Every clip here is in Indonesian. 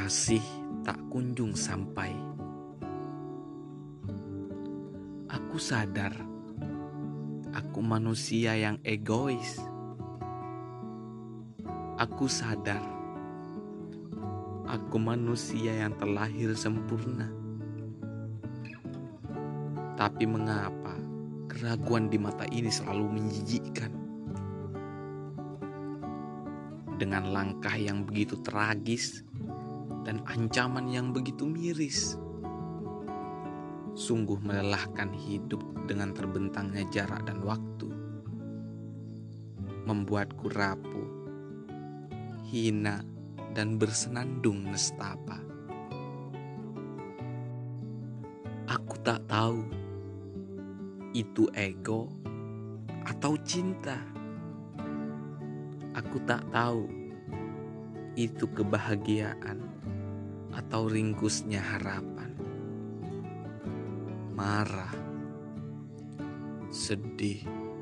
Kasih tak kunjung sampai. Aku sadar, aku manusia yang egois. Aku sadar, aku manusia yang terlahir sempurna. Tapi mengapa keraguan di mata ini selalu menjijikkan? Dengan langkah yang begitu tragis dan ancaman yang begitu miris, sungguh melelahkan hidup dengan terbentangnya jarak dan waktu, membuatku rapuh, hina, dan bersenandung nestapa. Aku tak tahu itu ego atau cinta. Aku tak tahu itu kebahagiaan atau ringkusnya harapan. Marah, sedih,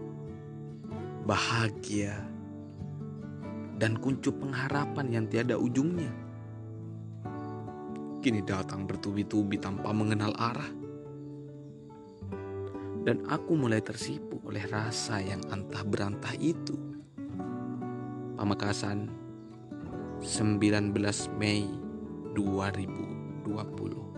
bahagia, dan kuncup pengharapan yang tiada ujungnya kini datang bertubi-tubi tanpa mengenal arah. Dan aku mulai tersipu oleh rasa yang antah berantah itu. Pamekasan, 19 Mei 2020.